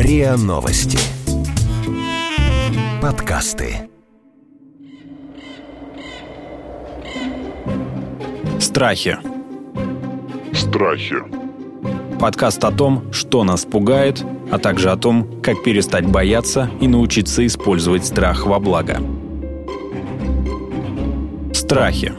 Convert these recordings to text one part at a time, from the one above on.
РИА Новости. Подкасты. Страхи. Страхи. Подкаст о том, что нас пугает, а также о том, как перестать бояться и научиться использовать страх во благо. Страхи.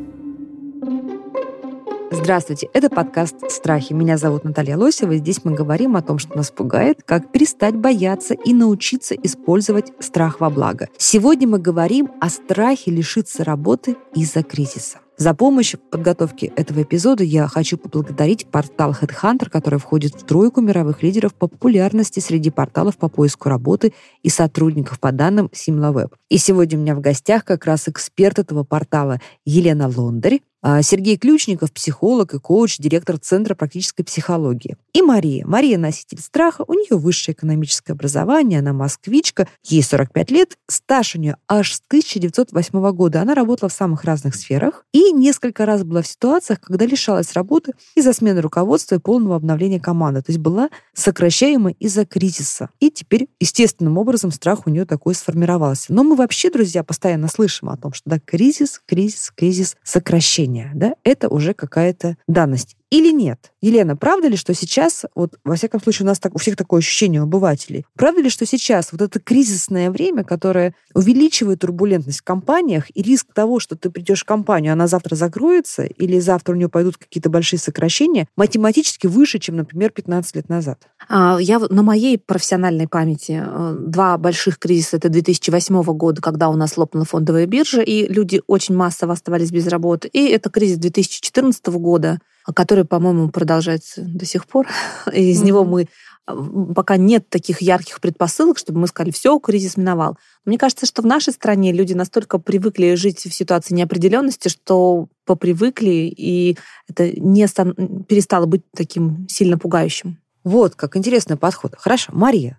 Здравствуйте, это подкаст «Страхи». Меня зовут Наталья Лосева, и здесь мы говорим о том, что нас пугает, как перестать бояться и научиться использовать страх во благо. Сегодня мы говорим о страхе лишиться работы из-за кризиса. За помощь в подготовке этого эпизода я хочу поблагодарить портал HeadHunter, который входит в тройку мировых лидеров по популярности среди порталов по поиску работы и сотрудников по данным SimilarWeb. И сегодня у меня в гостях как раз эксперт этого портала Елена Лондарь, Сергей Ключников, психолог и коуч, директор Центра практической психологии. И Мария. Мария — носитель страха, у нее высшее экономическое образование, она москвичка, ей 45 лет, стаж у нее аж с 1908 года. Она работала в самых разных сферах и несколько раз была в ситуациях, когда лишалась работы из-за смены руководства и полного обновления команды. То есть была сокращаема из-за кризиса. И теперь естественным образом страх у нее такой сформировался. Но мы вообще, друзья, постоянно слышим о том, что да, кризис, сокращение. Да, это уже какая-то данность. Или нет? Елена, правда ли, что сейчас, вот во всяком случае у всех такое ощущение, у обывателей, правда ли, что сейчас вот это кризисное время, которое увеличивает турбулентность в компаниях и риск того, что ты придешь в компанию, она завтра закроется, или завтра у нее пойдут какие-то большие сокращения, математически выше, чем, например, 15 лет назад? Я на моей профессиональной памяти два больших кризиса — это 2008 года, когда у нас лопнула фондовая биржа, и люди очень массово оставались без работы, и это кризис 2014 года, который, по-моему, продолжается до сих пор. И из него мы пока нет таких ярких предпосылок, чтобы мы сказали, все, кризис миновал. Мне кажется, что в нашей стране люди настолько привыкли жить в ситуации неопределенности, что попривыкли, и это перестало быть таким сильно пугающим. Вот, как интересный подход. Хорошо, Мария,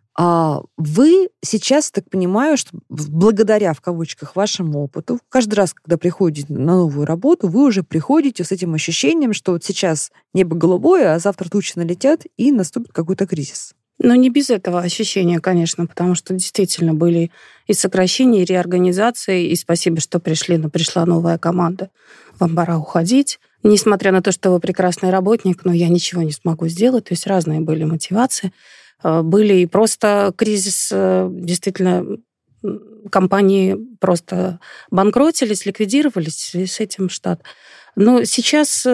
вы сейчас, так понимаю, что благодаря, в кавычках, вашему опыту, каждый раз, когда приходите на новую работу, вы уже приходите с этим ощущением, что вот сейчас небо голубое, а завтра тучи налетят, и наступит какой-то кризис. Но не без этого ощущения, конечно, потому что действительно были и сокращения, и реорганизации, и спасибо, что пришла новая команда. Вам пора уходить. Несмотря на то, что вы прекрасный работник, но я ничего не смогу сделать. То есть разные были мотивации. Были и просто кризис, действительно, компании просто банкротились, ликвидировались, и с этим штат. Но сейчас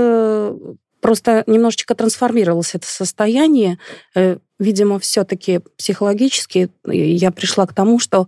просто немножечко трансформировалось это состояние. Видимо, все-таки психологически я пришла к тому, что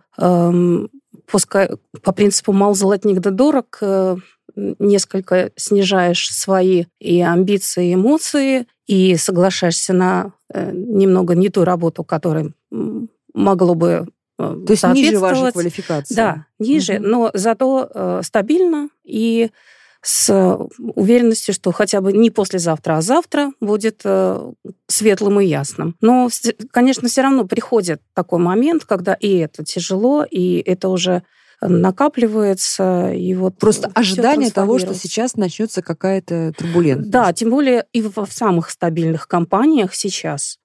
пускай по принципу «мал золотник да дорог», несколько снижаешь свои и амбиции, и эмоции, и соглашаешься на немного не ту работу, которая могло бы то есть ниже вашей квалификации. Да, ниже, но зато стабильно и с уверенностью, что хотя бы не послезавтра, а завтра будет светлым и ясным. Но, конечно, все равно приходит такой момент, когда и это тяжело, и это уже накапливается, и вот просто ожидание того, что сейчас начнется какая-то турбулентность. Да, тем более и в самых стабильных компаниях сейчас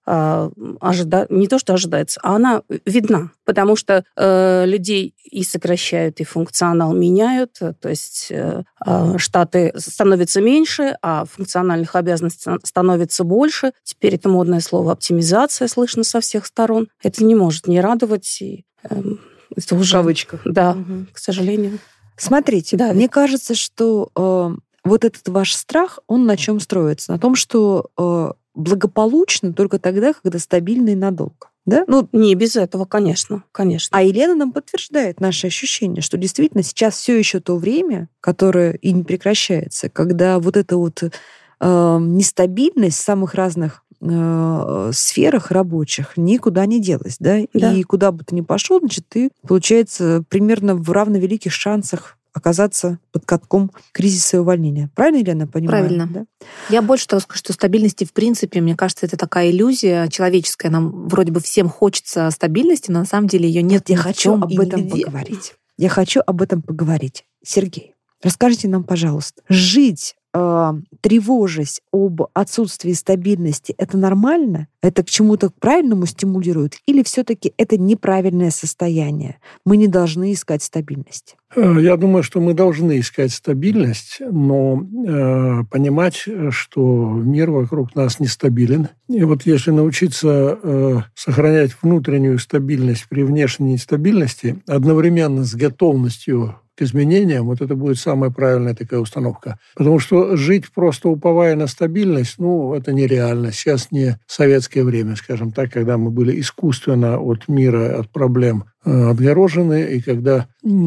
не то, что ожидается, а она видна, потому что людей и сокращают, и функционал меняют, то есть штаты становятся меньше, а функциональных обязанностей становится больше. Теперь это модное слово «оптимизация» слышно со всех сторон. Это не может не радовать, и это уже, в кавычках. Да, к сожалению. Смотрите, да, мне кажется, что вот этот ваш страх, он на чем строится? На том, что благополучно только тогда, когда стабильно и надолго. Да? Не без этого, конечно. А Елена нам подтверждает наше ощущение, что действительно сейчас все еще то время, которое и не прекращается, когда вот эта вот нестабильность в самых разных сферах рабочих никуда не делась, да? И куда бы ты ни пошел, значит, ты, получается, примерно в равновеликих шансах оказаться под катком кризиса и увольнения. Правильно, Елена, понимаю? Правильно. Да? Я больше того скажу, что стабильности, в принципе, мне кажется, это такая иллюзия человеческая. Нам вроде бы всем хочется стабильности, но на самом деле ее нет. Я хочу об этом поговорить. Сергей, расскажите нам, пожалуйста, жить тревожась об отсутствии стабильности, это нормально? Это к чему-то правильному стимулирует? Или все-таки это неправильное состояние? Мы не должны искать стабильность. Я думаю, что мы должны искать стабильность, но понимать, что мир вокруг нас нестабилен. И вот если научиться сохранять внутреннюю стабильность при внешней нестабильности, одновременно с готовностью к изменениям, вот это будет самая правильная такая установка. Потому что жить просто уповая на стабильность, это нереально. Сейчас не советское время, скажем так, когда мы были искусственно от мира, от проблем отгорожены, и когда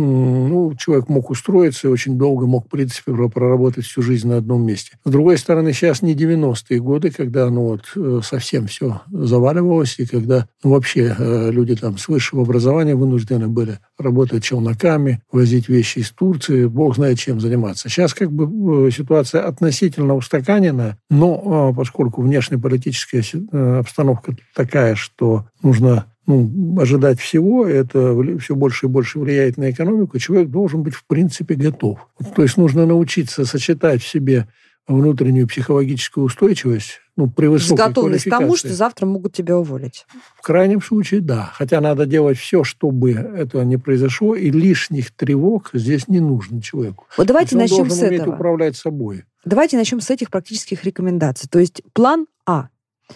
человек мог устроиться и очень долго мог, в принципе, проработать всю жизнь на одном месте. С другой стороны, сейчас не 90-е годы, когда совсем все заваливалось, и когда вообще люди с высшего образования вынуждены были работать челноками, возить вещи из Турции, бог знает чем заниматься. Сейчас ситуация относительно устаканена, но поскольку внешнеполитическая обстановка такая, что нужно ожидать всего, это все больше и больше влияет на экономику, человек должен быть в принципе готов. То есть нужно научиться сочетать в себе внутреннюю психологическую устойчивость, при высокой квалификации. С готовность к тому, что завтра могут тебя уволить. В крайнем случае, да. Хотя надо делать все, чтобы этого не произошло, и лишних тревог здесь не нужно человеку. Вот давайте начнем с этого. Он должен уметь управлять собой. Давайте начнем с этих практических рекомендаций. То есть план А.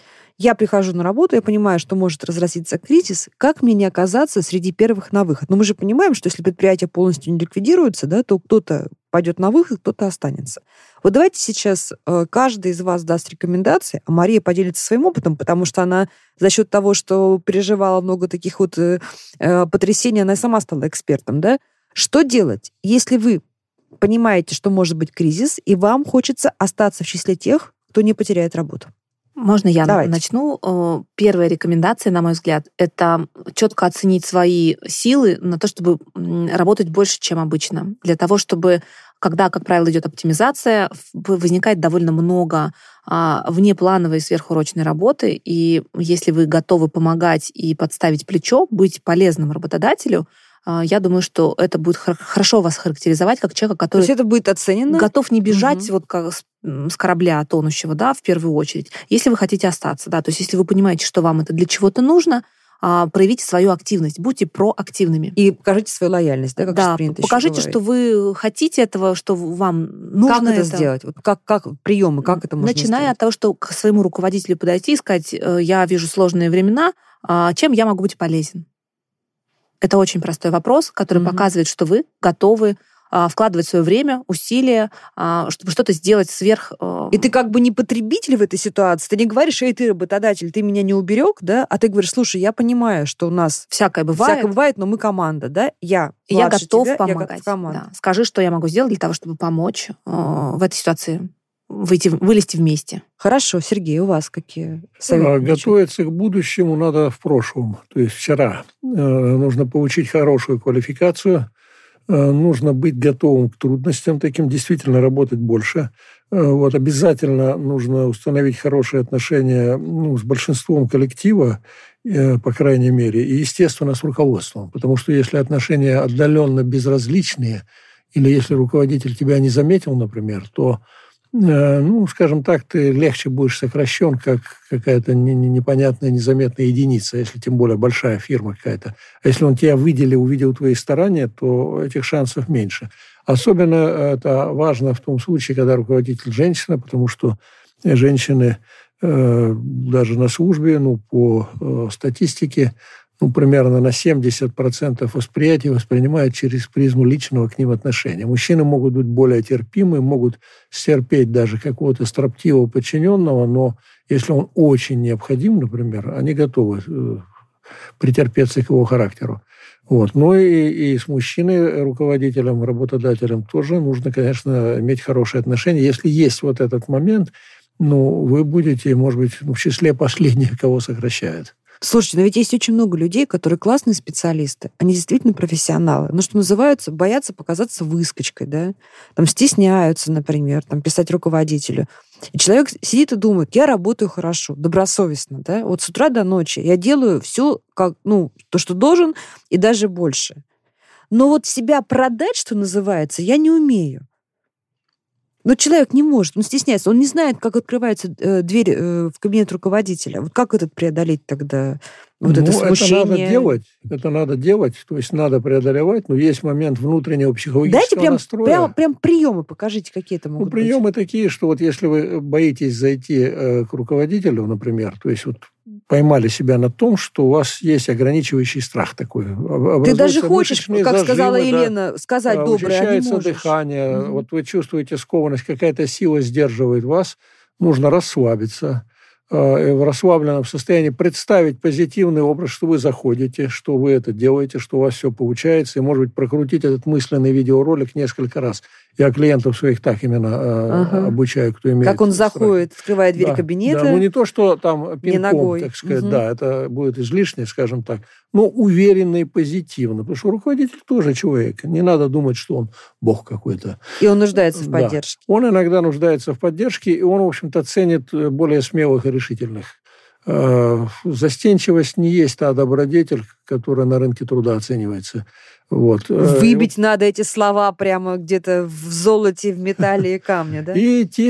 Я прихожу на работу, я понимаю, что может разразиться кризис. Как мне не оказаться среди первых на выход? Но мы же понимаем, что если предприятие полностью не ликвидируется, то кто-то пойдет на выход, кто-то останется. Вот давайте сейчас каждый из вас даст рекомендации, а Мария поделится своим опытом, потому что она за счет того, что переживала много таких потрясений, она сама стала экспертом. Да? Что делать, если вы понимаете, что может быть кризис, и вам хочется остаться в числе тех, кто не потеряет работу? Можно я Давайте. начну? Первая рекомендация, на мой взгляд, это четко оценить свои силы на то, чтобы работать больше, чем обычно. Для того, чтобы, когда, как правило, идет оптимизация, возникает довольно много внеплановой сверхурочной работы, и если вы готовы помогать и подставить плечо, быть полезным работодателю, я думаю, что это будет хорошо вас характеризовать как человека, который... То есть это будет оценено? Готов не бежать как с корабля тонущего, в первую очередь. Если вы хотите остаться, то есть если вы понимаете, что вам это для чего-то нужно, проявите свою активность, будьте проактивными. И покажите свою лояльность, как принято покажите, что вы хотите этого, что вам нужно. Как это сделать? Как приемы, как это можно Начиная сделать? от того, что к своему руководителю подойти и сказать: я вижу сложные времена, чем я могу быть полезен? Это очень простой вопрос, который показывает, что вы готовы вкладывать свое время, усилия, чтобы что-то сделать сверх... И ты не потребитель в этой ситуации. Ты не говоришь: эй, ты работодатель, ты меня не уберег, да? А ты говоришь: слушай, я понимаю, что у нас всякое бывает, но мы команда, да? Я готов тебя, помогать. Да. Скажи, что я могу сделать для того, чтобы помочь в этой ситуации вылезти вместе. Хорошо. Сергей, у вас какие советы? Готовиться к будущему надо в прошлом, то есть вчера. Нужно получить хорошую квалификацию, нужно быть готовым к трудностям таким, действительно работать больше. Обязательно нужно установить хорошие отношения с большинством коллектива, по крайней мере, и, естественно, с руководством. Потому что если отношения отдаленно безразличные, или если руководитель тебя не заметил, например, то скажем так, ты легче будешь сокращен, как какая-то непонятная, незаметная единица, если тем более большая фирма какая-то. А если он тебя выделил, увидел твои старания, то этих шансов меньше. Особенно это важно в том случае, когда руководитель женщина, потому что женщины даже на службе, по статистике, примерно на 70% восприятия воспринимают через призму личного к ним отношения. Мужчины могут быть более терпимы, могут стерпеть даже какого-то строптивого подчиненного, но если он очень необходим, например, они готовы претерпеться к его характеру. Но и с мужчиной, руководителем, работодателем тоже нужно, конечно, иметь хорошие отношения. Если есть этот момент, вы будете, может быть, в числе последних, кого сокращают. Слушайте, но ведь есть очень много людей, которые классные специалисты, они действительно профессионалы, но, что называется, боятся показаться выскочкой, да? Стесняются, например, писать руководителю. И человек сидит и думает: я работаю хорошо, добросовестно, да? С утра до ночи я делаю все, то, что должен, и даже больше. Но себя продать, что называется, я не умею. Но человек не может, он стесняется, он не знает, как открывается дверь в кабинет руководителя. Вот как это преодолеть тогда? Это смущение? Это надо делать, то есть надо преодолевать, но есть момент внутреннего психологического настроя. Прям приемы покажите, какие это могут быть. Приемы такие, что вот если вы боитесь зайти к руководителю, например, то есть вот поймали себя на том, что у вас есть ограничивающий страх такой. Ты даже хочешь, как сказала Елена, сказать доброе, а не можешь. Дыхание, вот вы чувствуете скованность, какая-то сила сдерживает вас, нужно расслабиться. В расслабленном состоянии представить позитивный образ, что вы заходите, что вы это делаете, что у вас все получается, и, может быть, прокрутить этот мысленный видеоролик несколько раз. Я клиентов своих так именно обучаю, кто имеет... Как он заходит, открывает дверь кабинета. Да, не то, что там пинком, так сказать, да, это будет излишне, скажем так, но уверенно и позитивно, потому что руководитель тоже человек. Не надо думать, что он бог какой-то. И он нуждается в поддержке. Он иногда нуждается в поддержке, и он, в общем-то, ценит более смелых и решительных. Застенчивость не есть та добродетель, которая на рынке труда оценивается. Вот. Выбить надо эти слова прямо где-то в золоте, в металле и камне, да? И идти,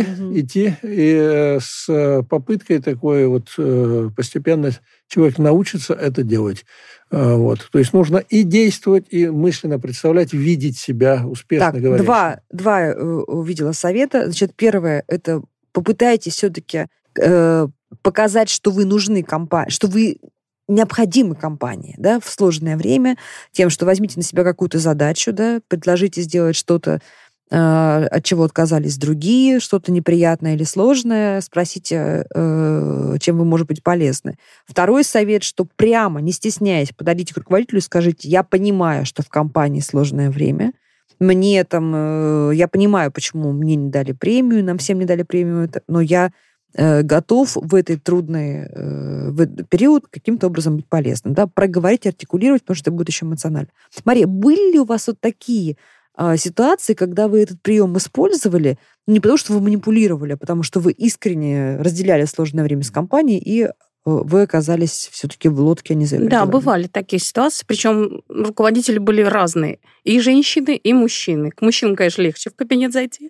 и с попыткой такой вот постепенно человек научится это делать. Вот. То есть нужно и действовать, и мысленно представлять, видеть себя успешно говорящим. Два увидела совета. Значит, первое, это попытайтесь все-таки показать, что вы нужны компании, что вы необходимы компании, да, в сложное время, тем, что возьмите на себя какую-то задачу, да, предложите сделать что-то, от чего отказались другие, что-то неприятное или сложное, спросите, чем вы можете быть полезны. Второй совет, что прямо, не стесняясь, подойдите к руководителю и скажите: я понимаю, что в компании сложное время, мне там, я понимаю, почему мне не дали премию, нам всем не дали премию, но я готов в этот трудный период каким-то образом быть полезным. Да? Проговорить, артикулировать, потому что это будет еще эмоционально. Мария, были ли у вас вот такие ситуации, когда вы этот прием использовали, не потому что вы манипулировали, а потому что вы искренне разделяли сложное время с компанией, и вы оказались все-таки в лодке, а не за пределами? Да, бывали такие ситуации, причем руководители были разные. И женщины, и мужчины. К мужчинам, конечно, легче в кабинет зайти.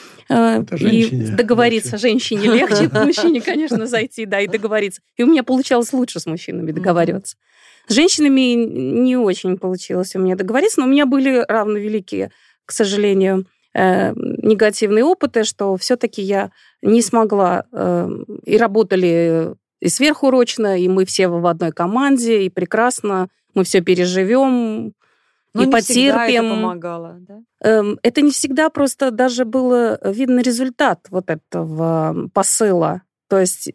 И договориться женщине легче, к мужчине, конечно, зайти, да, и договориться. И у меня получалось лучше с мужчинами договариваться. С женщинами не очень получилось у меня договориться, но у меня были равно великие, к сожалению, негативные опыты, что все-таки я не смогла, и работали и сверхурочно, и мы все в одной команде, и прекрасно, мы все переживем, но и не потерпим. Всегда это помогало, да? Это не всегда, просто даже было видно результат вот этого посыла. То есть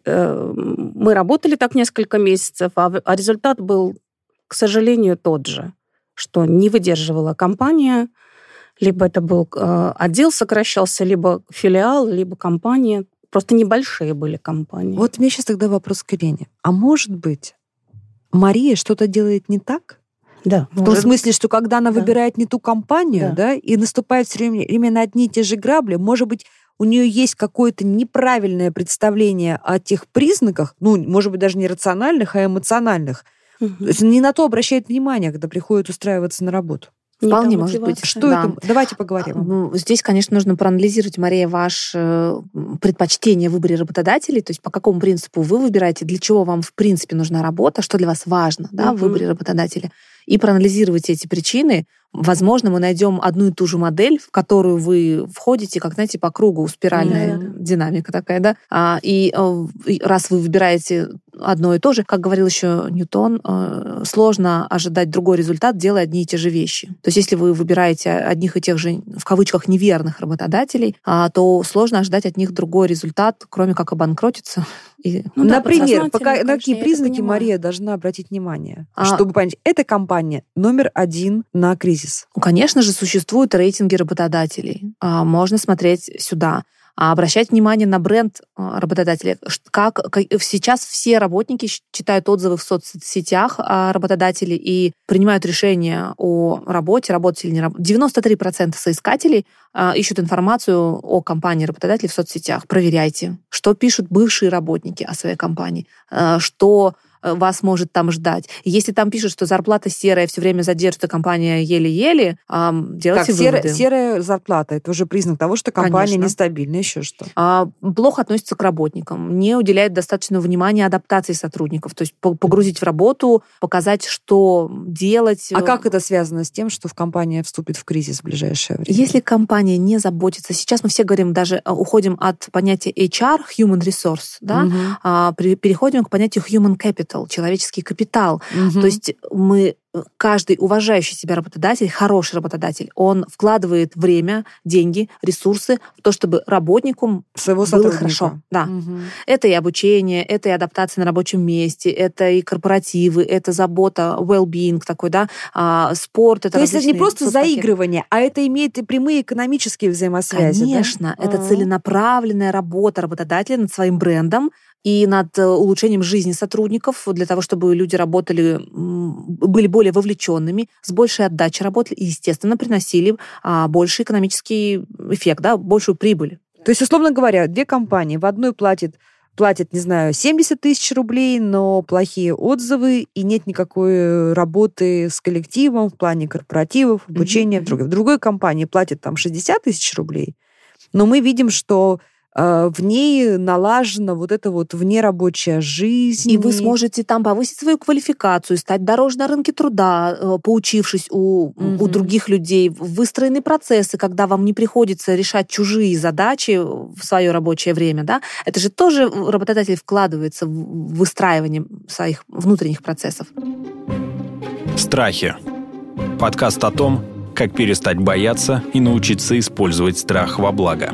мы работали так несколько месяцев, а результат был, к сожалению, тот же, что не выдерживала компания, либо это был отдел сокращался, либо филиал, либо компания. Просто небольшие были компании. Вот у меня сейчас тогда вопрос к Елене. А может быть, Мария что-то делает не так? Да. В том смысле, что когда она выбирает не ту компанию, да, и наступает все время на одни и те же грабли, может быть, у нее есть какое-то неправильное представление о тех признаках, ну, может быть, даже не рациональных, а эмоциональных. То есть не на то обращает внимание, когда приходит устраиваться на работу. Вполне может быть. Что это? Давайте поговорим. Здесь, конечно, нужно проанализировать, Мария, ваше предпочтение в выборе работодателей, то есть по какому принципу вы выбираете, для чего вам, в принципе, нужна работа, что для вас важно, да, в выборе работодателя, и проанализировать эти причины. Возможно, мы найдем одну и ту же модель, в которую вы входите, как, знаете, по кругу, спиральная динамика такая, да. И раз вы выбираете одно и то же, как говорил еще Ньютон, сложно ожидать другой результат, делая одни и те же вещи. То есть если вы выбираете одних и тех же, в кавычках, неверных работодателей, то сложно ожидать от них другой результат, кроме как обанкротиться. Например, на какие признаки Мария должна обратить внимание, чтобы понять, эта компания номер один на кризис? Конечно же, существуют рейтинги работодателей. Можно смотреть сюда. Обращать внимание на бренд работодателя. Как сейчас все работники читают отзывы в соцсетях о работодателе и принимают решения о работе, работать или не работать. 93% соискателей ищут информацию о компании работодателей в соцсетях. Проверяйте, что пишут бывшие работники о своей компании, что вас может там ждать. Если там пишут, что зарплата серая, все время задержится компания еле-еле, делайте выводы. Серая зарплата — это уже признак того, что компания нестабильна, еще что? Плохо относится к работникам, не уделяет достаточного внимания адаптации сотрудников, то есть погрузить в работу, показать, что делать. А как это связано с тем, что в компания вступит в кризис в ближайшее время? Если компания не заботится, сейчас мы все говорим, даже уходим от понятия HR, human resource, да, переходим к понятию human capital, человеческий капитал. То есть каждый уважающий себя работодатель, хороший работодатель, он вкладывает время, деньги, ресурсы в то, чтобы работнику своего было хорошо. Да. Это и обучение, это и адаптация на рабочем месте, это и корпоративы, это забота, well-being такой, да, спорт. Это то есть это не просто заигрывание, а это имеет и прямые экономические взаимосвязи. Конечно, да? Это целенаправленная работа работодателя над своим брендом и над улучшением жизни сотрудников для того, чтобы люди были более вовлеченными, с большей отдачей работали и, естественно, приносили больший экономический эффект, да, большую прибыль. То есть, условно говоря, две компании, в одной платят, не знаю, 70 тысяч рублей, но плохие отзывы, и нет никакой работы с коллективом в плане корпоративов, обучения. В другой компании платят там 60 тысяч рублей, но мы видим, что в ней налажена вот эта вот внерабочая жизнь. И вы сможете там повысить свою квалификацию, стать дороже на рынке труда, поучившись у других людей, выстроены процессы, когда вам не приходится решать чужие задачи в свое рабочее время. Да? Это же тоже работодатель вкладывается в выстраивание своих внутренних процессов. Страхи. Подкаст о том, как перестать бояться и научиться использовать страх во благо.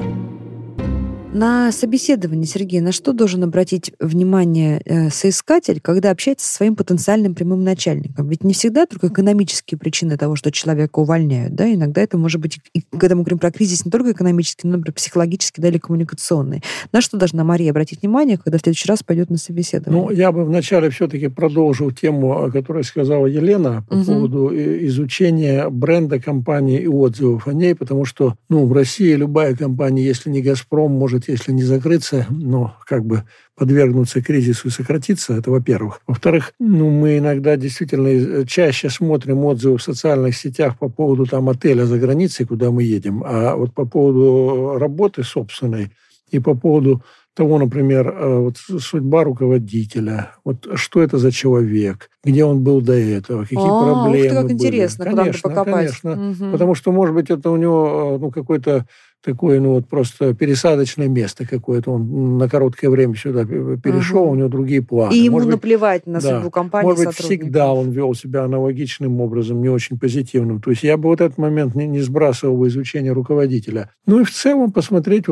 На собеседовании, Сергей, на что должен обратить внимание соискатель, когда общается со своим потенциальным прямым начальником? Ведь не всегда только экономические причины того, что человека увольняют. Да? Иногда это может быть, и когда мы говорим про кризис, не только экономический, но, например, психологический, да, или коммуникационный. На что должна Мария обратить внимание, когда в следующий раз пойдет на собеседование? Ну, я бы вначале все-таки продолжил тему, о которой сказала Елена, по поводу изучения бренда компании и отзывов о ней, потому что в России любая компания, если не «Газпром», может, если не закрыться, но как бы подвергнуться кризису и сократиться, это во-первых. Во-вторых, мы иногда действительно чаще смотрим отзывы в социальных сетях по поводу там отеля за границей, куда мы едем, а вот по поводу работы собственной и по поводу того, например, вот судьба руководителя, вот что это за человек, где он был до этого, какие проблемы ух ты, как были. интересно, куда надо покопать. Конечно, потому что, может быть, это у него какой-то такое, просто пересадочное место какое-то. Он на короткое время сюда перешел, у него другие планы. И ему наплевать на судьбу компании, может быть, всегда он вел себя аналогичным образом, не очень позитивным. То есть я бы вот этот момент не сбрасывал в изучение руководителя. Ну и в целом посмотреть,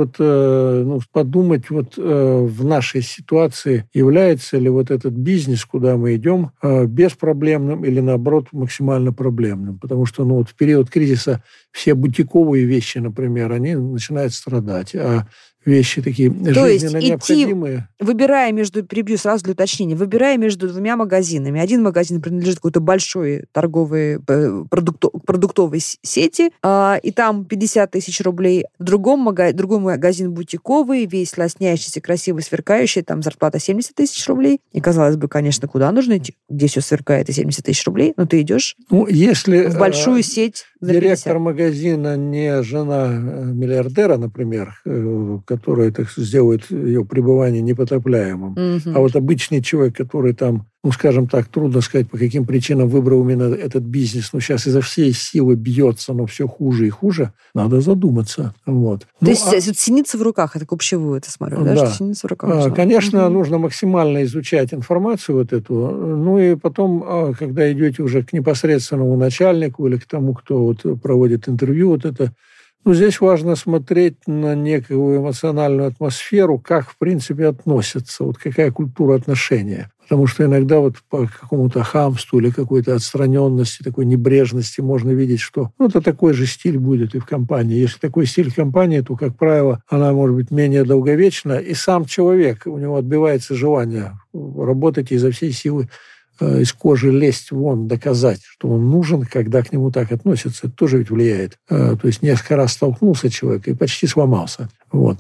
подумать в нашей ситуации, является ли вот этот бизнес, куда мы идем, беспроблемным или, наоборот, максимально проблемным. Потому что в период кризиса все бутиковые вещи, например, они начинают страдать. А вещи такие жизненно необходимые. Перебью сразу для уточнения, выбирая между двумя магазинами. Один магазин принадлежит какой-то большой торговой продуктовой сети, и там 50 тысяч рублей. Другой магазин бутиковый, весь лоснящийся, красивый, сверкающий, там зарплата 70 тысяч рублей. И, казалось бы, конечно, куда нужно идти? Где все сверкает и 70 тысяч рублей? Но ты идешь если в большую сеть за 50. Директор магазина не жена миллиардера, например, которая сделает ее пребывание непотопляемым. А вот обычный человек, который там, скажем так, трудно сказать, по каким причинам выбрал именно этот бизнес, сейчас изо всей силы бьется, но все хуже и хуже, надо задуматься. То есть синица в руках, это к общевую, это смотрю, да? Что синица в руках. Конечно, нужно максимально изучать информацию вот эту, и потом, когда идете уже к непосредственному начальнику или к тому, кто проводит интервью, здесь важно смотреть на некую эмоциональную атмосферу, как, в принципе, относятся, какая культура отношения. Потому что иногда по какому-то хамству или какой-то отстраненности, такой небрежности можно видеть, что это такой же стиль будет и в компании. Если такой стиль в компании, то, как правило, она может быть менее долговечна, и сам человек, у него отбивается желание работать изо всей силы, из кожи лезть вон, доказать, что он нужен, когда к нему так относятся. Это тоже ведь влияет. То есть несколько раз столкнулся человек и почти сломался.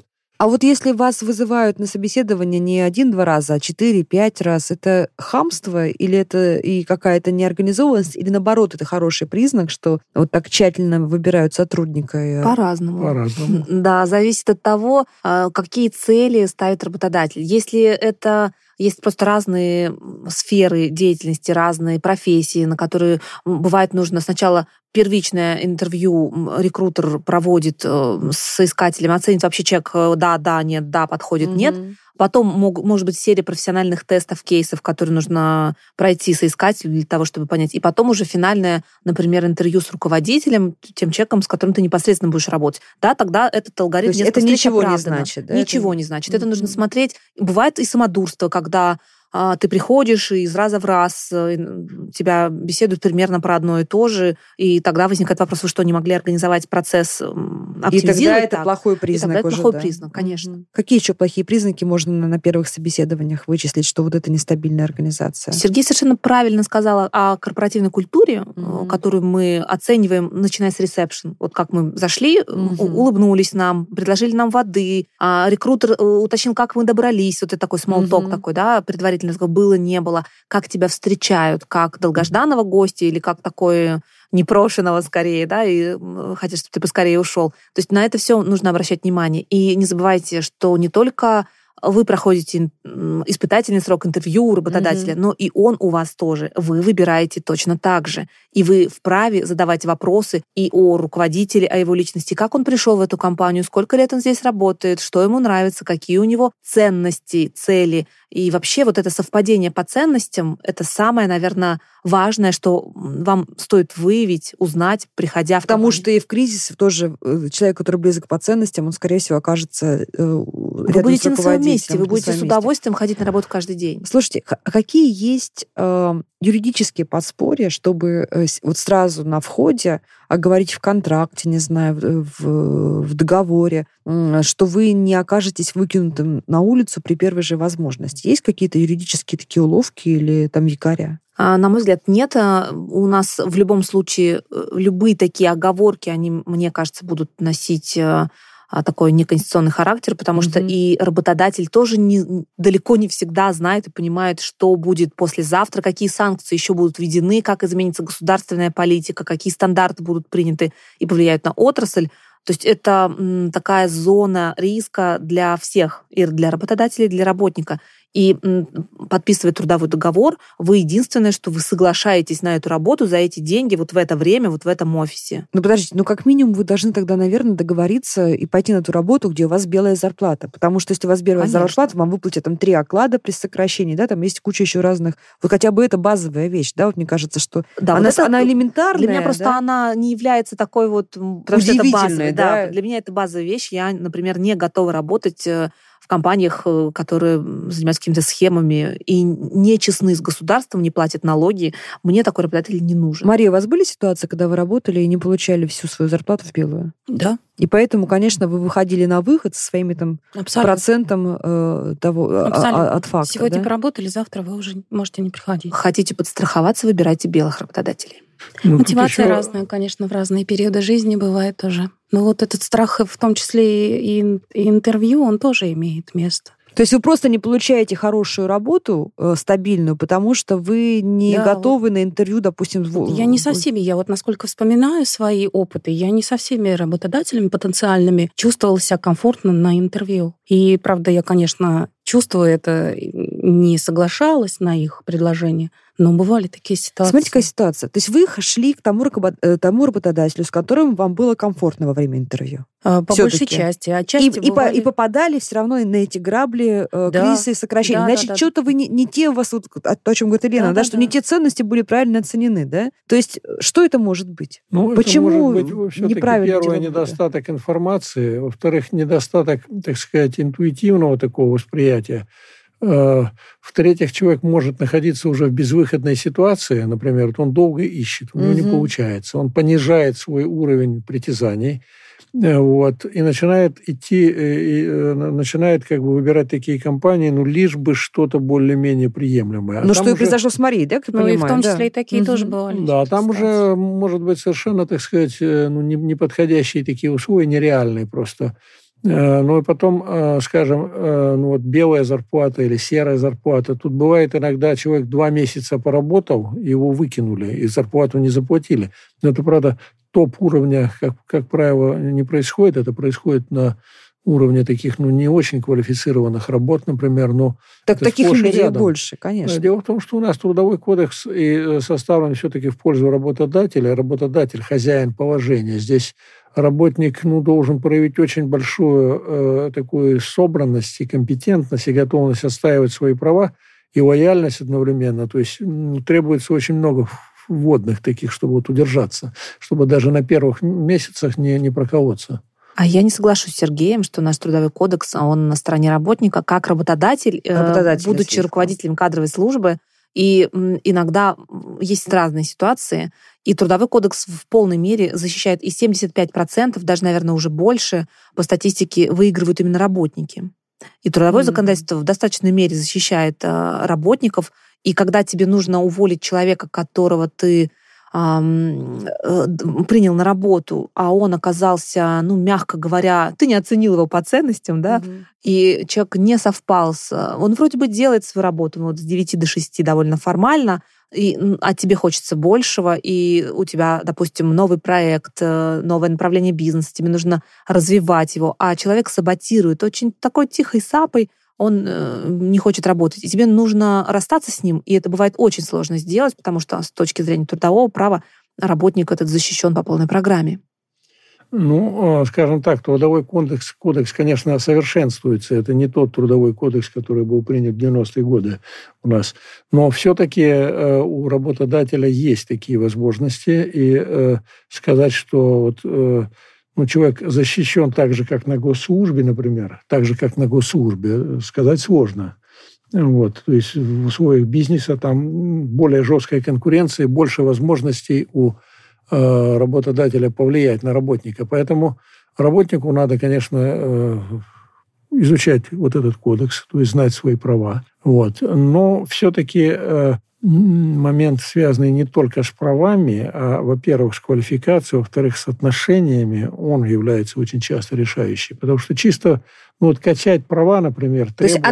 А вот если вас вызывают на собеседование не 1-2 раза, а 4-5 раз, это хамство или это и какая-то неорганизованность, или наоборот, это хороший признак, что вот так тщательно выбирают сотрудника? По-разному. По-разному. Да, зависит от того, какие цели ставит работодатель. Если это есть просто разные сферы деятельности, разные профессии, на которые бывает нужно сначала первичное интервью рекрутер проводит с соискателем, оценит вообще человек да, нет, да, подходит, нет. Потом может быть серия профессиональных тестов, кейсов, которые нужно пройти соискателю для того, чтобы понять. И потом уже финальное, например, интервью с руководителем, тем человеком, с которым ты непосредственно будешь работать. Да, тогда этот алгоритм несколько это ничего оправдано. Не значит, да? Ничего не значит. Это нужно смотреть. Бывает и самодурство, когда ты приходишь, и из раза в раз тебя беседуют примерно про одно и то же, и тогда возникает вопрос, вы что, не могли организовать процесс оптимизировать? И тогда это плохой признак. И тогда уже, это плохой да. признак, конечно. Какие еще плохие признаки можно на первых собеседованиях вычислить, что вот это нестабильная организация? Сергей совершенно правильно сказала о корпоративной культуре, которую мы оцениваем, начиная с ресепшн. Вот как мы зашли, улыбнулись нам, предложили нам воды, а рекрутер уточнил, как мы добрались, вот это такой small talk такой, да, предварительно было, не было, как тебя встречают, как долгожданного гостя или как такое непрошенного скорее, да, и хотят, чтобы ты поскорее ушел. То есть на это все нужно обращать внимание. И не забывайте, что не только вы проходите испытательный срок интервью у работодателя, но и он у вас тоже. Вы выбираете точно так же. И вы вправе задавать вопросы и о руководителе, о его личности, как он пришел в эту компанию, сколько лет он здесь работает, что ему нравится, какие у него ценности, цели. И вообще вот это совпадение по ценностям — это самое, наверное, важное, что вам стоит выявить, узнать, приходя в Потому что и в кризисе тоже человек, который близок по ценностям, он, скорее всего, окажется вы будете на своем месте, вы будете с удовольствием ходить на работу каждый день. Слушайте, а какие есть юридические подспорья, чтобы вот сразу на входе оговорить в контракте, не знаю, в договоре, что вы не окажетесь выкинутым на улицу при первой же возможности? Есть какие-то юридические такие уловки или там якоря? На мой взгляд, нет. У нас в любом случае любые такие оговорки, они, мне кажется, будут носить такой неконституционный характер, потому что и работодатель тоже далеко не всегда знает и понимает, что будет послезавтра, какие санкции еще будут введены, как изменится государственная политика, какие стандарты будут приняты и повлияют на отрасль. То есть это такая зона риска для всех, и для работодателя, и для работника. И подписывая трудовой договор, вы единственное, что вы соглашаетесь на эту работу за эти деньги вот в это время, вот в этом офисе. Ну, подождите, как минимум вы должны тогда, наверное, договориться и пойти на ту работу, где у вас белая зарплата. Потому что если у вас белая зарплата, вам выплатят 3 оклада при сокращении, да, там есть куча еще разных. Вот хотя бы это базовая вещь, да, вот мне кажется, что да, она элементарная. Для меня просто она не является такой вот... Удивительной, да. Для меня это базовая вещь. Я, например, не готова работать в компаниях, которые занимаются какими-то схемами и не честны с государством, не платят налоги. Мне такой работодатель не нужен. Мария, у вас были ситуации, когда вы работали и не получали всю свою зарплату в белую? Да. И поэтому, конечно, вы выходили на выход со своими там процентом от факта. Сегодня поработали, завтра вы уже можете не приходить. Хотите подстраховаться, выбирайте белых работодателей. Мотивация разная, конечно, в разные периоды жизни бывает тоже. Но вот этот страх, в том числе и интервью, он тоже имеет место. То есть вы просто не получаете хорошую работу, стабильную, потому что вы не готовы на интервью, допустим... Я не со всеми. Я вот насколько вспоминаю свои опыты, я не со всеми работодателями потенциальными чувствовала себя комфортно на интервью. И, правда, я, конечно, чувствую это, не соглашалась на их предложение, но бывали такие ситуации. Смотрите, какая ситуация. То есть вы шли к тому работодателю, с которым вам было комфортно во время интервью. По большей части. А части и попадали все равно на эти грабли, кризисы и сокращения. Значит, что-то вы не те у вас, вот, то, о чем говорит Елена, что не те ценности были правильно оценены, да? То есть что это может быть? Почему это может быть, неправильно? Первое, недостаток информации. Во-вторых, недостаток, так сказать, интуитивного такого восприятия. В-третьих, человек может находиться уже в безвыходной ситуации, например, вот он долго ищет, у него не получается, он понижает свой уровень притязаний, и начинает начинает выбирать такие компании, лишь бы что-то более-менее приемлемое. Что и произошло с Марией, да, как я понимаю? И в том числе и такие тоже бывали. Да, там уже, может быть, совершенно, так сказать, неподходящие такие условия, нереальные просто. Ну и потом, скажем, белая зарплата или серая зарплата. Тут бывает иногда человек 2 месяца поработал, его выкинули, и зарплату не заплатили. Но это, правда, топ-уровня, как правило, не происходит. Это происходит на уровне таких, не очень квалифицированных работ, например. Но так таких людей больше, конечно. Дело в том, что у нас Трудовой кодекс и составлен все-таки в пользу работодателя. Работодатель – хозяин положения. Здесь работник должен проявить очень большую такую собранность и компетентность, и готовность отстаивать свои права, и лояльность одновременно. То есть требуется очень много вводных таких, чтобы удержаться, чтобы даже на первых месяцах не проколоться. А я не соглашусь с Сергеем, что наш Трудовой кодекс, он на стороне работника, как работодатель будучи руководителем кадровой службы. И иногда есть разные ситуации, и Трудовой кодекс в полной мере защищает, и 75%, даже, наверное, уже больше, по статистике, выигрывают именно работники. И трудовое законодательство в достаточной мере защищает работников, и когда тебе нужно уволить человека, которого ты принял на работу, а он оказался, мягко говоря, ты не оценил его по ценностям, да, и человек не совпал он вроде бы делает свою работу с 9 до 6 довольно формально, а тебе хочется большего, и у тебя, допустим, новый проект, новое направление бизнеса, тебе нужно развивать его, а человек саботирует очень такой тихой сапой, он не хочет работать, и тебе нужно расстаться с ним, и это бывает очень сложно сделать, потому что с точки зрения трудового права работник этот защищен по полной программе. Скажем так, Трудовой кодекс, конечно, совершенствуется. Это не тот Трудовой кодекс, который был принят в 90-е годы у нас. Но все-таки у работодателя есть такие возможности. И сказать, что человек защищен так же, как на госслужбе, например, так же, как на госслужбе, сказать сложно. То есть в условиях бизнеса там более жесткая конкуренция, больше возможностей у работодателя повлиять на работника. Поэтому работнику надо, конечно, изучать этот кодекс, то есть знать свои права. Но все-таки момент, связанный не только с правами, а, во-первых, с квалификацией, во-вторых, с отношениями, он является очень часто решающим. Потому что чисто качать права, например, то есть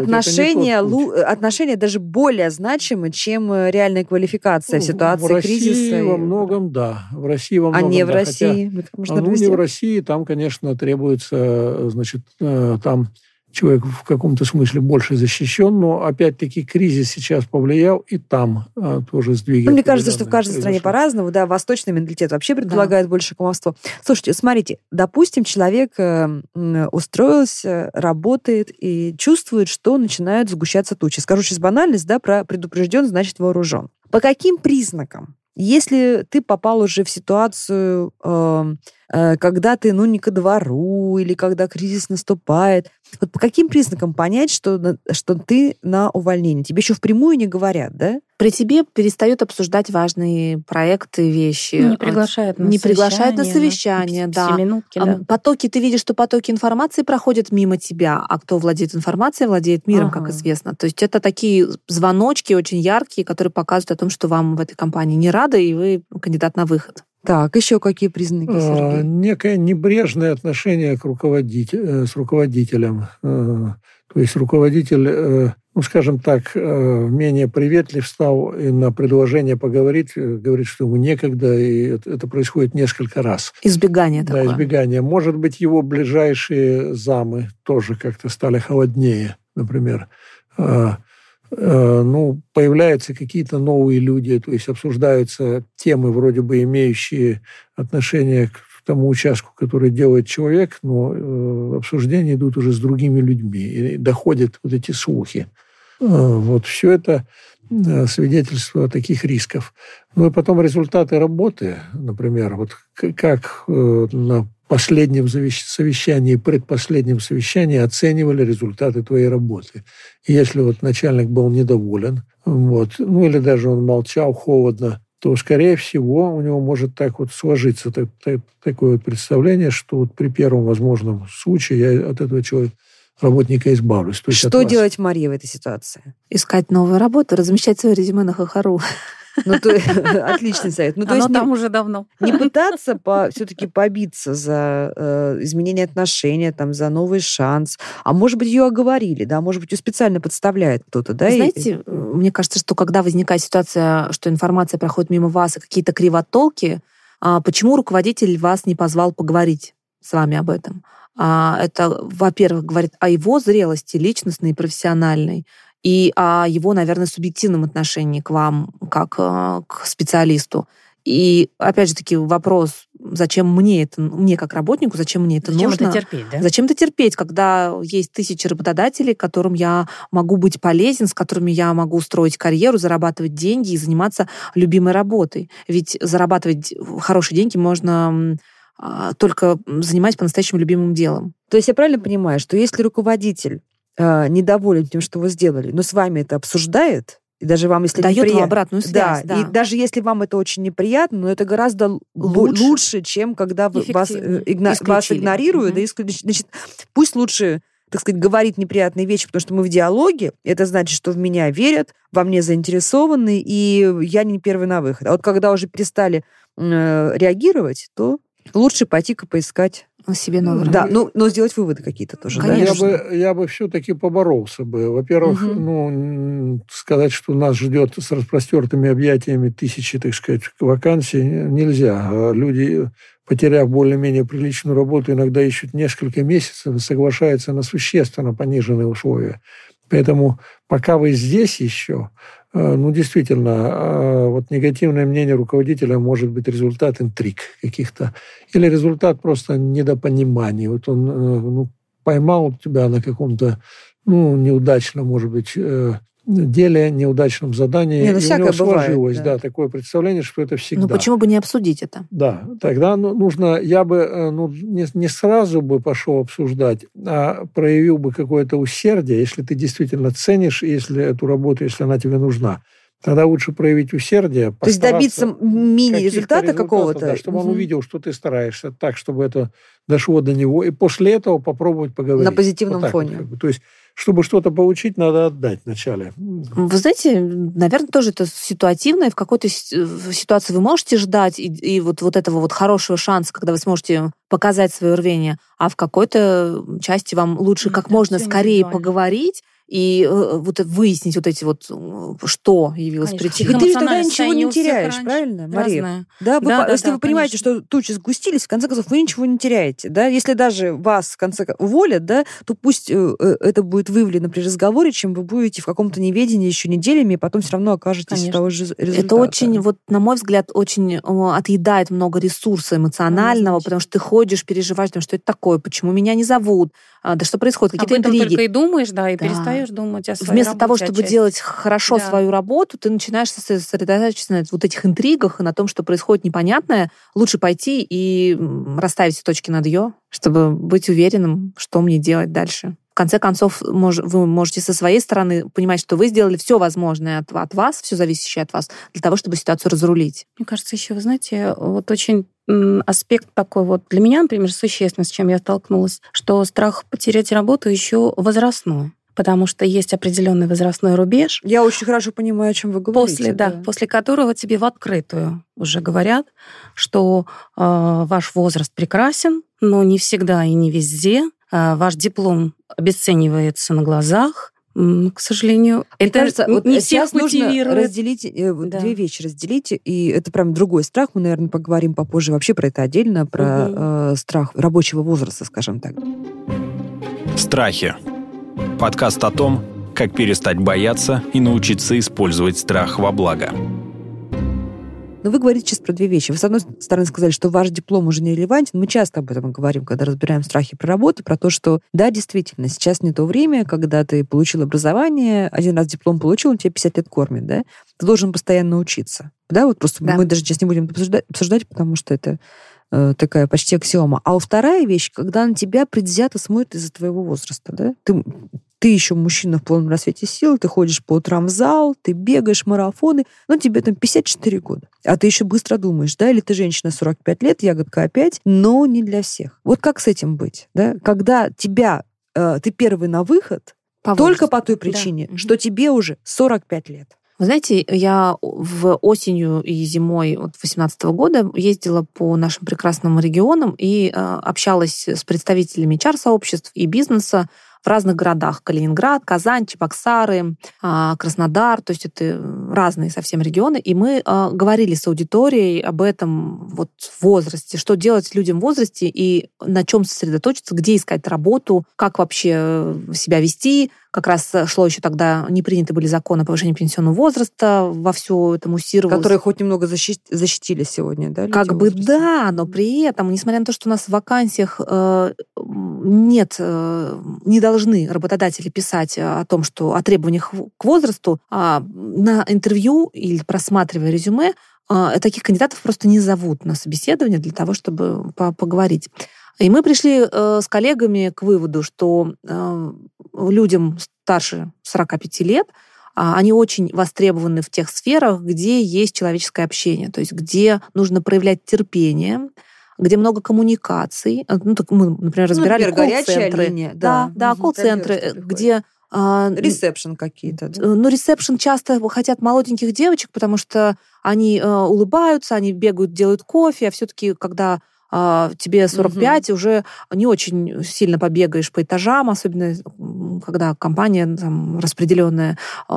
отношения даже более значимы, чем реальная квалификация в ситуации кризиса. В России во многом, да. В России во многом, не в России? Не в России. Там, конечно, требуется, там человек в каком-то смысле больше защищен, но, опять-таки, кризис сейчас повлиял, и там тоже сдвиги. Мне кажется, что в каждой стране по-разному, да, восточный менталитет вообще предполагает больше кумовства. Слушайте, смотрите, допустим, человек устроился, работает и чувствует, что начинают сгущаться тучи. Скажу сейчас банальность, да, про предупрежден, значит вооружен. По каким признакам? Если ты попал уже в ситуацию, когда ты, не ко двору, или когда кризис наступает, по каким признакам понять, что ты на увольнении? Тебе еще впрямую не говорят, да? При тебе перестают обсуждать важные проекты, вещи. Не приглашают на совещание, да. Минутки, да. Ты видишь, что потоки информации проходят мимо тебя, а кто владеет информацией, владеет миром, как известно. То есть это такие звоночки очень яркие, которые показывают о том, что вам в этой компании не рады, и вы кандидат на выход. Так, еще какие признаки, Сергей? Некое небрежное отношение с руководителем. То есть руководитель, скажем так, менее приветлив стал и на предложение поговорить, говорит, что ему некогда, и это происходит несколько раз. Избегание такое. Да, избегание. Может быть, его ближайшие замы тоже как-то стали холоднее, например. Появляются какие-то новые люди, то есть обсуждаются темы, вроде бы имеющие отношение к тому участку, который делает человек, но обсуждения идут уже с другими людьми, и доходят эти слухи. Все это свидетельство таких рисков. И потом результаты работы, например, как на последнем совещании, предпоследнем совещании оценивали результаты твоей работы. И если начальник был недоволен, или даже он молчал холодно, то, скорее всего, у него может так сложиться такое представление, что при первом возможном случае я от этого работника избавлюсь. То есть что делать, Мария, в этой ситуации? Искать новую работу, размещать свое резюме на Хохору. Отличный совет. То есть там уже давно. Не пытаться все-таки побиться за изменение отношений, там, за новый шанс. А может быть, ее оговорили, да? Может быть, ее специально подставляет кто-то, да? Знаете, мне кажется, что когда возникает ситуация, что информация проходит мимо вас, и какие-то кривотолки, почему руководитель вас не позвал поговорить с вами об этом? Это, во-первых, говорит о его зрелости личностной и профессиональной, и о его, наверное, субъективном отношении к вам, как к специалисту. И, опять же таки, вопрос, зачем мне как работнику, зачем мне это нужно? Зачем это терпеть, да? Зачем это терпеть, когда есть тысячи работодателей, которым я могу быть полезен, с которыми я могу строить карьеру, зарабатывать деньги и заниматься любимой работой? Ведь зарабатывать хорошие деньги можно только занимаясь по-настоящему любимым делом. То есть я правильно понимаю, что если руководитель недоволен тем, что вы сделали, но с вами это обсуждает, и даже вам, если дает неприятно, вам обратную связь, да. И даже если вам это очень неприятно, но это гораздо лучше, чем когда вас игнорируют. Да, значит, пусть лучше, так сказать, говорит неприятные вещи, потому что мы в диалоге, это значит, что в меня верят, во мне заинтересованы, и я не первый на выход. А вот когда уже перестали реагировать, то лучше пойти-ка поискать себе новый Да, но сделать выводы какие-то тоже. Конечно. Да? Я бы все-таки поборолся бы. Во-первых, сказать, что нас ждет с распростертыми объятиями тысячи, так сказать, вакансий, нельзя. Люди, потеряв более-менее приличную работу, иногда ищут несколько месяцев и соглашаются на существенно пониженные условия. Поэтому пока вы здесь еще, действительно, вот негативное мнение руководителя может быть результат интриг каких-то или результат просто недопонимания. Вот он поймал тебя на каком-то неудачном, может быть, деле, неудачном задании, и у него сложилось такое представление, что это всегда. Почему бы не обсудить это? Да, тогда нужно, я бы не сразу бы пошел обсуждать, а проявил бы какое-то усердие, если ты действительно ценишь, если эту работу, если она тебе нужна. Тогда лучше проявить усердие. То есть добиться мини-результата какого-то? Да, чтобы он увидел, что ты стараешься так, чтобы это дошло до него, и после этого попробовать поговорить. На позитивном фоне. То есть, чтобы что-то получить, надо отдать вначале. Вы знаете, наверное, тоже это ситуативно, и в какой-то ситуации вы можете ждать и вот этого вот хорошего шанса, когда вы сможете показать свое рвение, а в какой-то части вам лучше как можно скорее поговорить, и вот выяснить вот эти вот, что явилось причиной. И ты же тогда ничего не теряешь, правильно, Мария? Да, если вы понимаете, что тучи сгустились, в конце концов, вы ничего не теряете. Да? Если даже вас в конце уволят, да, то пусть это будет выявлено при разговоре, чем вы будете в каком-то неведении еще неделями, и потом все равно окажетесь того же результата. Это очень, на мой взгляд, очень отъедает много ресурса эмоционального, потому что ты ходишь, переживаешь, что это такое, почему меня не зовут, да что происходит, какие-то интриги. Только и думаешь, и перестаешь думать о своей Вместо того, чтобы делать хорошо свою работу, ты начинаешь сосредотачиваться на вот этих интригах и на том, что происходит непонятное. Лучше пойти и расставить все точки над «ё», чтобы быть уверенным, что мне делать дальше. В конце концов, вы можете со своей стороны понимать, что вы сделали все возможное от вас, все зависящее от вас, для того, чтобы ситуацию разрулить. Мне кажется, еще, вы знаете, вот очень аспект такой вот для меня, например, существенный, с чем я столкнулась, что страх потерять работу еще возрастной. Потому что есть определенный возрастной рубеж. Я очень хорошо понимаю, о чем вы говорите. После которого тебе в открытую уже говорят, что ваш возраст прекрасен, но не всегда и не везде. Ваш диплом обесценивается на глазах. К сожалению, мне кажется, не всех мотивирует. Разделить две вещи, разделите, и это прям другой страх. Мы, наверное, поговорим попозже вообще про это отдельно, про страх рабочего возраста, скажем так. Страхи. Подкаст о том, как перестать бояться и научиться использовать страх во благо. Но вы говорите сейчас про две вещи. Вы, с одной стороны, сказали, что ваш диплом уже не релевантен. Мы часто об этом говорим, когда разбираем страхи про работу, про то, что, да, действительно, сейчас не то время, когда ты получил образование, один раз диплом получил, он тебя 50 лет кормит, да? Ты должен постоянно учиться. Да, вот просто мы даже сейчас не будем обсуждать, потому что это такая почти аксиома. А вторая вещь, когда на тебя предвзято смотрят из-за твоего возраста, да? Ты еще мужчина в полном расцвете сил, ты ходишь по утрам в зал, ты бегаешь марафоны, но тебе там 54 года. А ты еще быстро думаешь, да, или ты женщина 45 лет, ягодка опять, но не для всех. Вот как с этим быть, да? Когда ты первый на выход, только по той причине, что тебе уже 45 лет. Вы знаете, я осенью и зимой 2018 года ездила по нашим прекрасным регионам и общалась с представителями HR-сообществ и бизнеса в разных городах. Калининград, Казань, Чебоксары, Краснодар. То есть это разные совсем регионы. И мы говорили с аудиторией об этом в возрасте. Что делать людям в возрасте и на чем сосредоточиться, где искать работу, как вообще себя вести. Как раз шло еще тогда, не приняты были законы о повышении пенсионного возраста, вовсю это муссировалось. Которые хоть немного защитили сегодня, да? Как бы да, но при этом, несмотря на то, что у нас в вакансиях нет, не должны работодатели писать о том, что о требованиях к возрасту, на интервью или просматривая резюме, таких кандидатов просто не зовут на собеседование для того, чтобы поговорить. И мы пришли с коллегами к выводу, что людям старше 45 лет они очень востребованы в тех сферах, где есть человеческое общение, то есть где нужно проявлять терпение, где много коммуникаций. Ну, так мы, например, разбирали колл-центры. Да, колл-центры, где... Ресепшн какие-то. Да? Ну, ресепшн часто хотят молоденьких девочек, потому что они улыбаются, они бегают, делают кофе, а все-таки, когда тебе 45, уже не очень сильно побегаешь по этажам, особенно когда компания там, распределенная,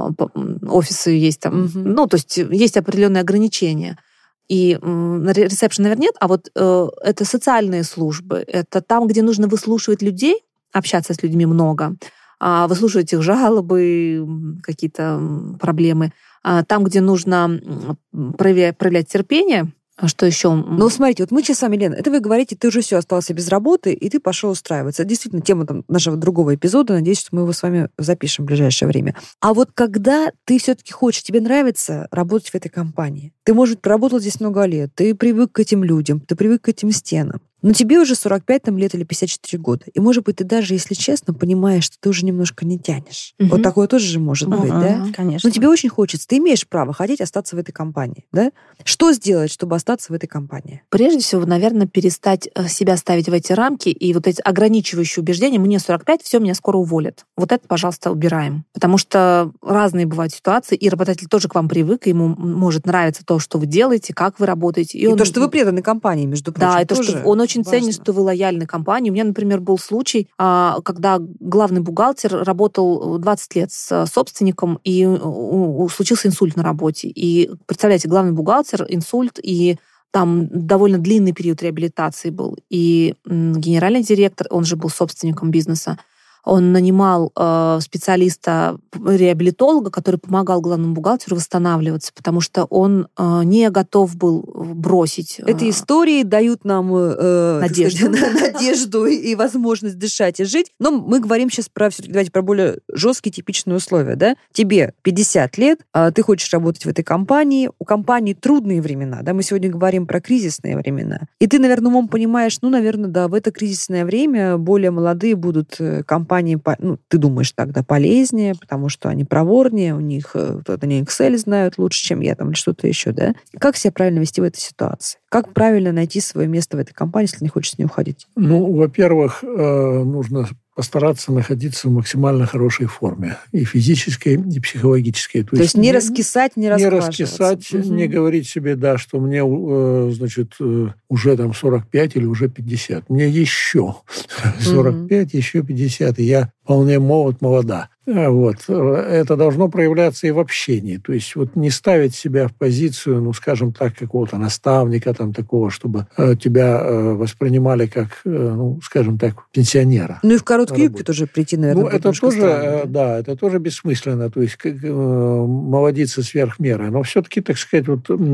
офисы есть там. Ну, то есть есть определенные ограничения. И на ресепшн, наверное, нет, а это социальные службы. Это там, где нужно выслушивать людей, общаться с людьми много, выслушивать их жалобы, какие-то проблемы. Там, где нужно проявлять терпение. Что еще? Ну, смотрите, мы сейчас с вами, Лена, это вы говорите, ты уже все остался без работы, и ты пошел устраиваться. Это действительно тема нашего другого эпизода. Надеюсь, что мы его с вами запишем в ближайшее время. А когда ты все-таки хочешь, тебе нравится работать в этой компании, ты, может, проработал здесь много лет, ты привык к этим людям, ты привык к этим стенам, но тебе уже 45 лет или 54 года. И, может быть, ты даже, если честно, понимаешь, что ты уже немножко не тянешь. Вот такое тоже же может быть, да? Конечно. Но тебе очень хочется. Ты имеешь право хотеть остаться в этой компании, да? Что сделать, чтобы остаться в этой компании? Прежде всего, наверное, перестать себя ставить в эти рамки и эти ограничивающие убеждения. Мне 45, все, меня скоро уволят. Это, пожалуйста, убираем. Потому что разные бывают ситуации, и работодатель тоже к вам привык, ему может нравиться то, что вы делаете, как вы работаете. И то, что вы преданы компании, между прочим. Да, и то, что он очень ценит, что вы лояльны компании. У меня, например, был случай, когда главный бухгалтер работал 20 лет с собственником, и случился инсульт на работе. И, представляете, главный бухгалтер, инсульт, и там довольно длинный период реабилитации был. И генеральный директор, он же был собственником бизнеса, он нанимал специалиста-реабилитолога, который помогал главному бухгалтеру восстанавливаться, потому что он не готов был бросить. Эти истории дают нам надежду и возможность дышать и жить. Но мы говорим сейчас давайте про более жесткие типичные условия. Да? Тебе 50 лет, ты хочешь работать в этой компании, у компании трудные времена. Да? Мы сегодня говорим про кризисные времена. И ты, наверное, умом понимаешь, наверное, да, в это кризисное время более молодые будут компании, ты думаешь тогда полезнее, потому что они проворнее, у них они Excel знают лучше, чем я, там, или что-то еще, да? Как себя правильно вести в этой ситуации? Как правильно найти свое место в этой компании, если не хочешь с ней уходить? Во-первых, нужно постараться находиться в максимально хорошей форме. И физической, и психологической. То есть не раскисать, не раскрашиваться. Не раскисать, не говорить себе, что мне, уже там 45 или уже 50. Мне еще 45, еще 50. И я вполне молода. Это должно проявляться и в общении. То есть не ставить себя в позицию, скажем так, какого-то наставника, такого, чтобы тебя воспринимали как, скажем так, пенсионера. И в короткие юбки тоже прийти, наверное, это тоже, странно, да, это тоже бессмысленно. То есть молодиться сверх меры. Но все-таки, так сказать,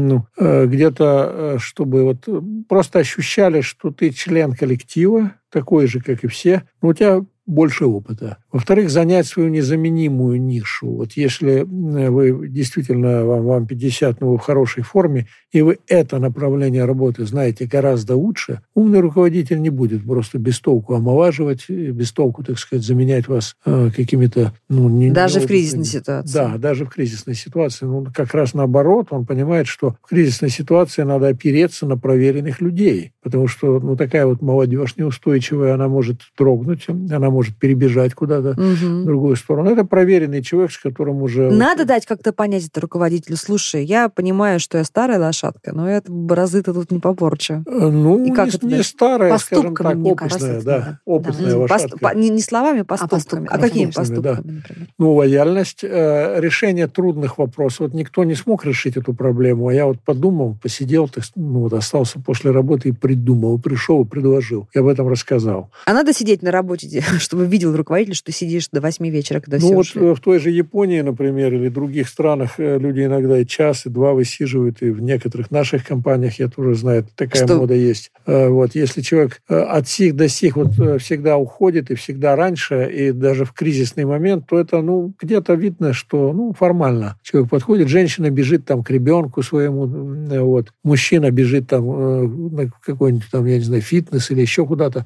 где-то, чтобы просто ощущали, что ты член коллектива, такой же, как и все, но у тебя больше опыта. Во-вторых, занять свою незаменимую нишу. Если вы действительно, вам 50, но вы в хорошей форме, и вы это направление работы знаете гораздо лучше, умный руководитель не будет просто без толку омолаживать, без толку, так сказать, заменять вас какими-то... Даже в кризисной ситуации. Да, даже в кризисной ситуации. Как раз наоборот, он понимает, что в кризисной ситуации надо опереться на проверенных людей. Потому что такая вот молодежь неустойчивая, она может трогнуть, она может перебежать куда-то в другую сторону. Это проверенный человек, с которым уже... Надо дать как-то понять это руководителю. Слушай, я понимаю, что я старая лошадка, но я борозы-то тут не попорчу. И как не старая, скажем так, опытная, кажется, опытная лошадка. Не словами, поступками. А какими поступками, например? Лояльность, решение трудных вопросов. Вот никто не смог решить эту проблему, а я вот подумал, посидел, остался после работы и придумал, пришел и предложил. Я об этом рассказал. А надо сидеть на работе, чтобы видел руководитель, что ты сидишь до 8 вечера, когда все ушли? В той же Японии, например, или других странах люди иногда и час, и два высиживают, и в некоторых наших компаниях, я тоже знаю, такая мода есть. Если человек от сих до сих всегда уходит, и всегда раньше, и даже в кризисный момент, то это, где-то видно, что, формально. Человек подходит, женщина бежит там к ребенку своему, мужчина бежит там на какой-нибудь там, я не знаю, фитнес или еще куда-то.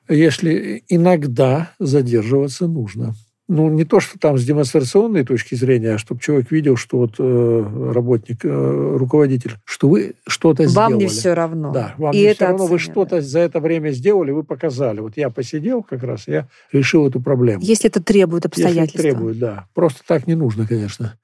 Если иногда задерживаться нужно. Не то, что там с демонстрационной точки зрения, а чтобы человек видел, что работник, руководитель, что вы что-то сделали. Вам не все равно. Да, вам не все равно. Вы что-то за это время сделали, вы показали. Вот я посидел как раз, я решил эту проблему. Если это требует обстоятельства. Если требует, да. Просто так не нужно, конечно.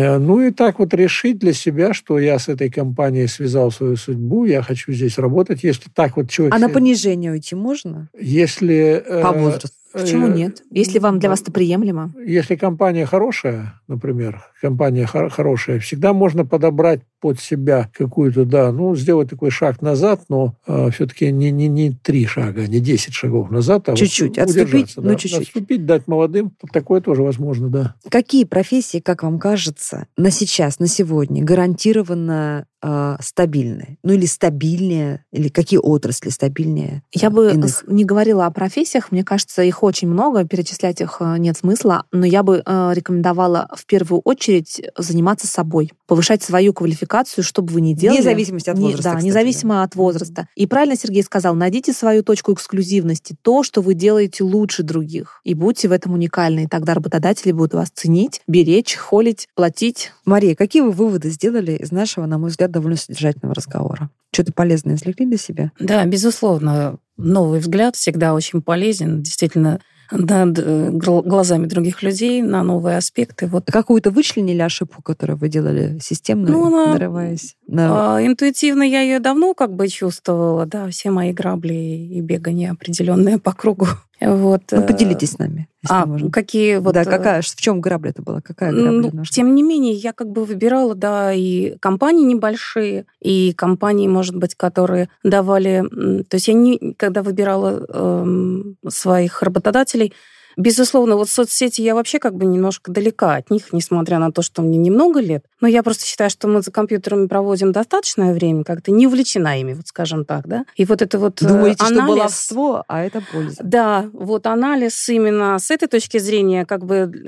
И так решить для себя, что я с этой компанией связал свою судьбу, я хочу здесь работать. Если так человек... А на понижение уйти можно? Если... По возрасту. Почему нет? Если для вас это приемлемо. Если компания хорошая, например, хорошая, всегда можно подобрать под себя какую-то, сделать такой шаг назад, но все-таки не 3 шага, не 10 шагов назад, а чуть-чуть, отступить, чуть-чуть. Отступить, дать молодым, такое тоже возможно, да. Какие профессии, как вам кажется, на сейчас, на сегодня гарантированно стабильные? Или стабильнее, или какие отрасли стабильнее? Я бы не говорила о профессиях, мне кажется, их очень много, перечислять их нет смысла, но я бы рекомендовала в первую очередь заниматься собой, повышать свою квалификацию, что бы вы ни делали. Вне зависимости от возраста. Да, независимо от возраста. И правильно Сергей сказал, найдите свою точку эксклюзивности, то, что вы делаете лучше других, и будьте в этом уникальны, и тогда работодатели будут вас ценить, беречь, холить, платить. Мария, какие вы выводы сделали из нашего, на мой взгляд, довольно содержательного разговора? Что-то полезное извлекли для себя? Да, безусловно. Новый взгляд всегда очень полезен. Действительно, над глазами других людей на новые аспекты. Какую-то вычленили ошибку, которую вы делали системно, нарываясь? Интуитивно я ее давно чувствовала. Да, все мои грабли и бегания определенные по кругу. Поделитесь с нами. Какие в чем грабля это была? Какая грабля нужна? Тем не менее, я выбирала, и компании небольшие, и компании, может быть, которые давали... То есть когда выбирала своих работодателей, безусловно, соцсети я вообще немножко далека от них, несмотря на то, что мне немного лет. Но я просто считаю, что мы за компьютерами проводим достаточное время, как-то не увлечена ими, скажем так, да. И это Думаете, анализ... что баловство, а это польза. Да, анализ именно с этой точки зрения, как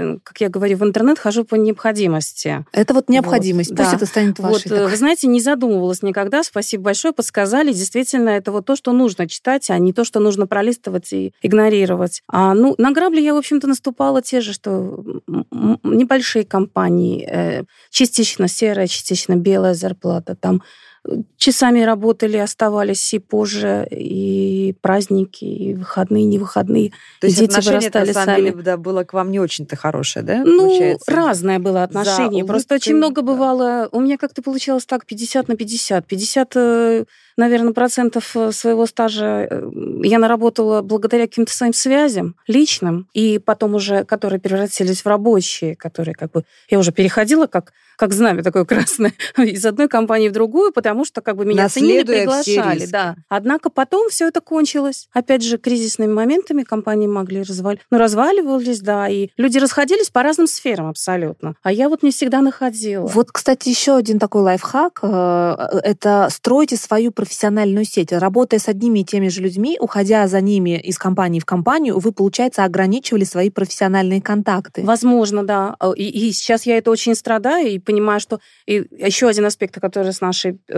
я говорю, в интернет хожу по необходимости. Это необходимость, пусть это станет вашей. Вы знаете, не задумывалась никогда, спасибо большое, подсказали. Действительно, это то, что нужно читать, а не то, что нужно пролистывать и игнорировать. На грабли я, в общем-то, наступала те же, что небольшие компании, частично серая, частично белая зарплата, там часами работали, оставались и позже, и праздники, и выходные, не выходные. То есть дети вырастали на самом деле, было к вам не очень-то хорошее, да? Разное было отношение. Просто очень много бывало. У меня как-то получалось так 50 на 50. 50, наверное, процентов своего стажа я наработала благодаря каким-то своим связям личным, и потом уже, которые превратились в рабочие, которые я уже переходила как знамя такое красное из одной компании в другую, потому что меня ценили, приглашали. Да. Однако потом все это кончилось. Опять же, кризисными моментами компании могли разваливались, да, и люди расходились по разным сферам абсолютно. А я не всегда находила. Кстати, еще один такой лайфхак. Это стройте свою профессиональную сеть. Работая с одними и теми же людьми, уходя за ними из компании в компанию, вы, получается, ограничивали свои профессиональные контакты. Возможно, да. И сейчас я это очень страдаю, и понимаю, что и еще один аспект, который с нашей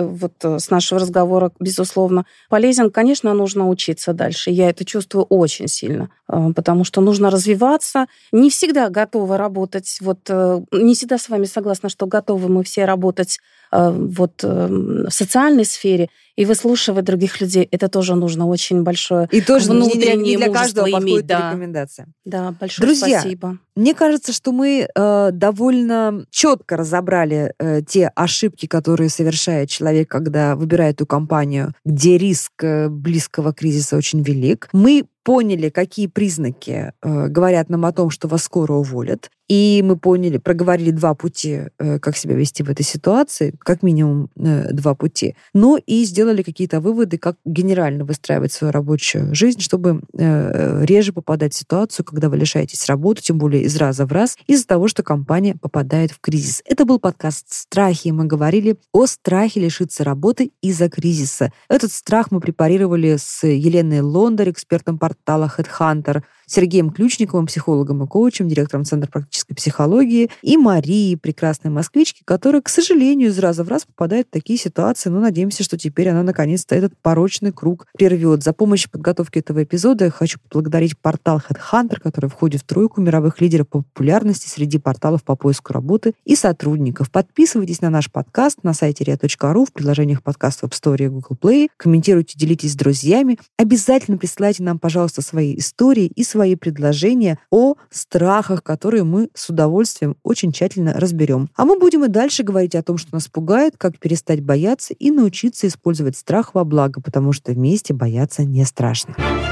вот с нашего разговора, безусловно, полезен. Конечно, нужно учиться дальше. Я это чувствую очень сильно, потому что нужно развиваться. Не всегда готовы работать. Не всегда с вами согласна, что готовы мы все работать в социальной сфере и выслушивать других людей. Это тоже нужно очень большое и тоже внутреннее не для мужество каждого иметь. подходит рекомендация. Да, большое Друзья, спасибо. Мне кажется, что мы довольно четко разобрали те ошибки, которые совершает человек, когда выбирает ту компанию, где риск близкого кризиса очень велик. Мы поняли, какие признаки говорят нам о том, что вас скоро уволят. И мы проговорили 2 пути, как себя вести в этой ситуации, как минимум 2 пути. Ну и сделали какие-то выводы, как генерально выстраивать свою рабочую жизнь, чтобы реже попадать в ситуацию, когда вы лишаетесь работы, тем более из раза в раз, из-за того, что компания попадает в кризис. Это был подкаст «Страхи», и мы говорили о страхе лишиться работы из-за кризиса. Этот страх мы препарировали с Еленой Лондарь, экспертом портала HeadHunter, Сергеем Ключниковым, психологом и коучем, директором Центра практической психологии, и Марией, прекрасной москвички, которая, к сожалению, из раза в раз попадает в такие ситуации. Но надеемся, что теперь она наконец-то этот порочный круг прервет. За помощь в подготовке этого эпизода я хочу поблагодарить портал HeadHunter, который входит в 3 мировых лидеров по популярности среди порталов по поиску работы и сотрудников. Подписывайтесь на наш подкаст на сайте ria.ru, в приложениях подкаст в App Store и Google Play. Комментируйте, делитесь с друзьями. Обязательно присылайте нам, пожалуйста, свои истории и свои предложения о страхах, которые мы с удовольствием очень тщательно разберем. А мы будем и дальше говорить о том, что нас пугает, как перестать бояться и научиться использовать страх во благо, потому что вместе бояться не страшно.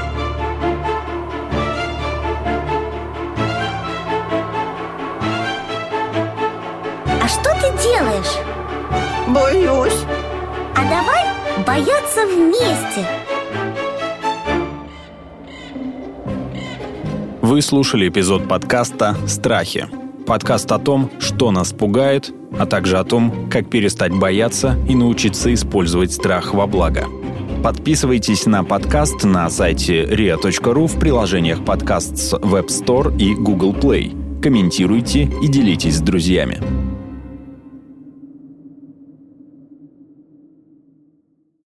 А что ты делаешь? Боюсь. А давай бояться вместе. Вы слушали эпизод подкаста «Страхи». Подкаст о том, что нас пугает, а также о том, как перестать бояться и научиться использовать страх во благо. Подписывайтесь на подкаст на сайте ria.ru, в приложениях подкаст в App Store и Google Play. Комментируйте и делитесь с друзьями.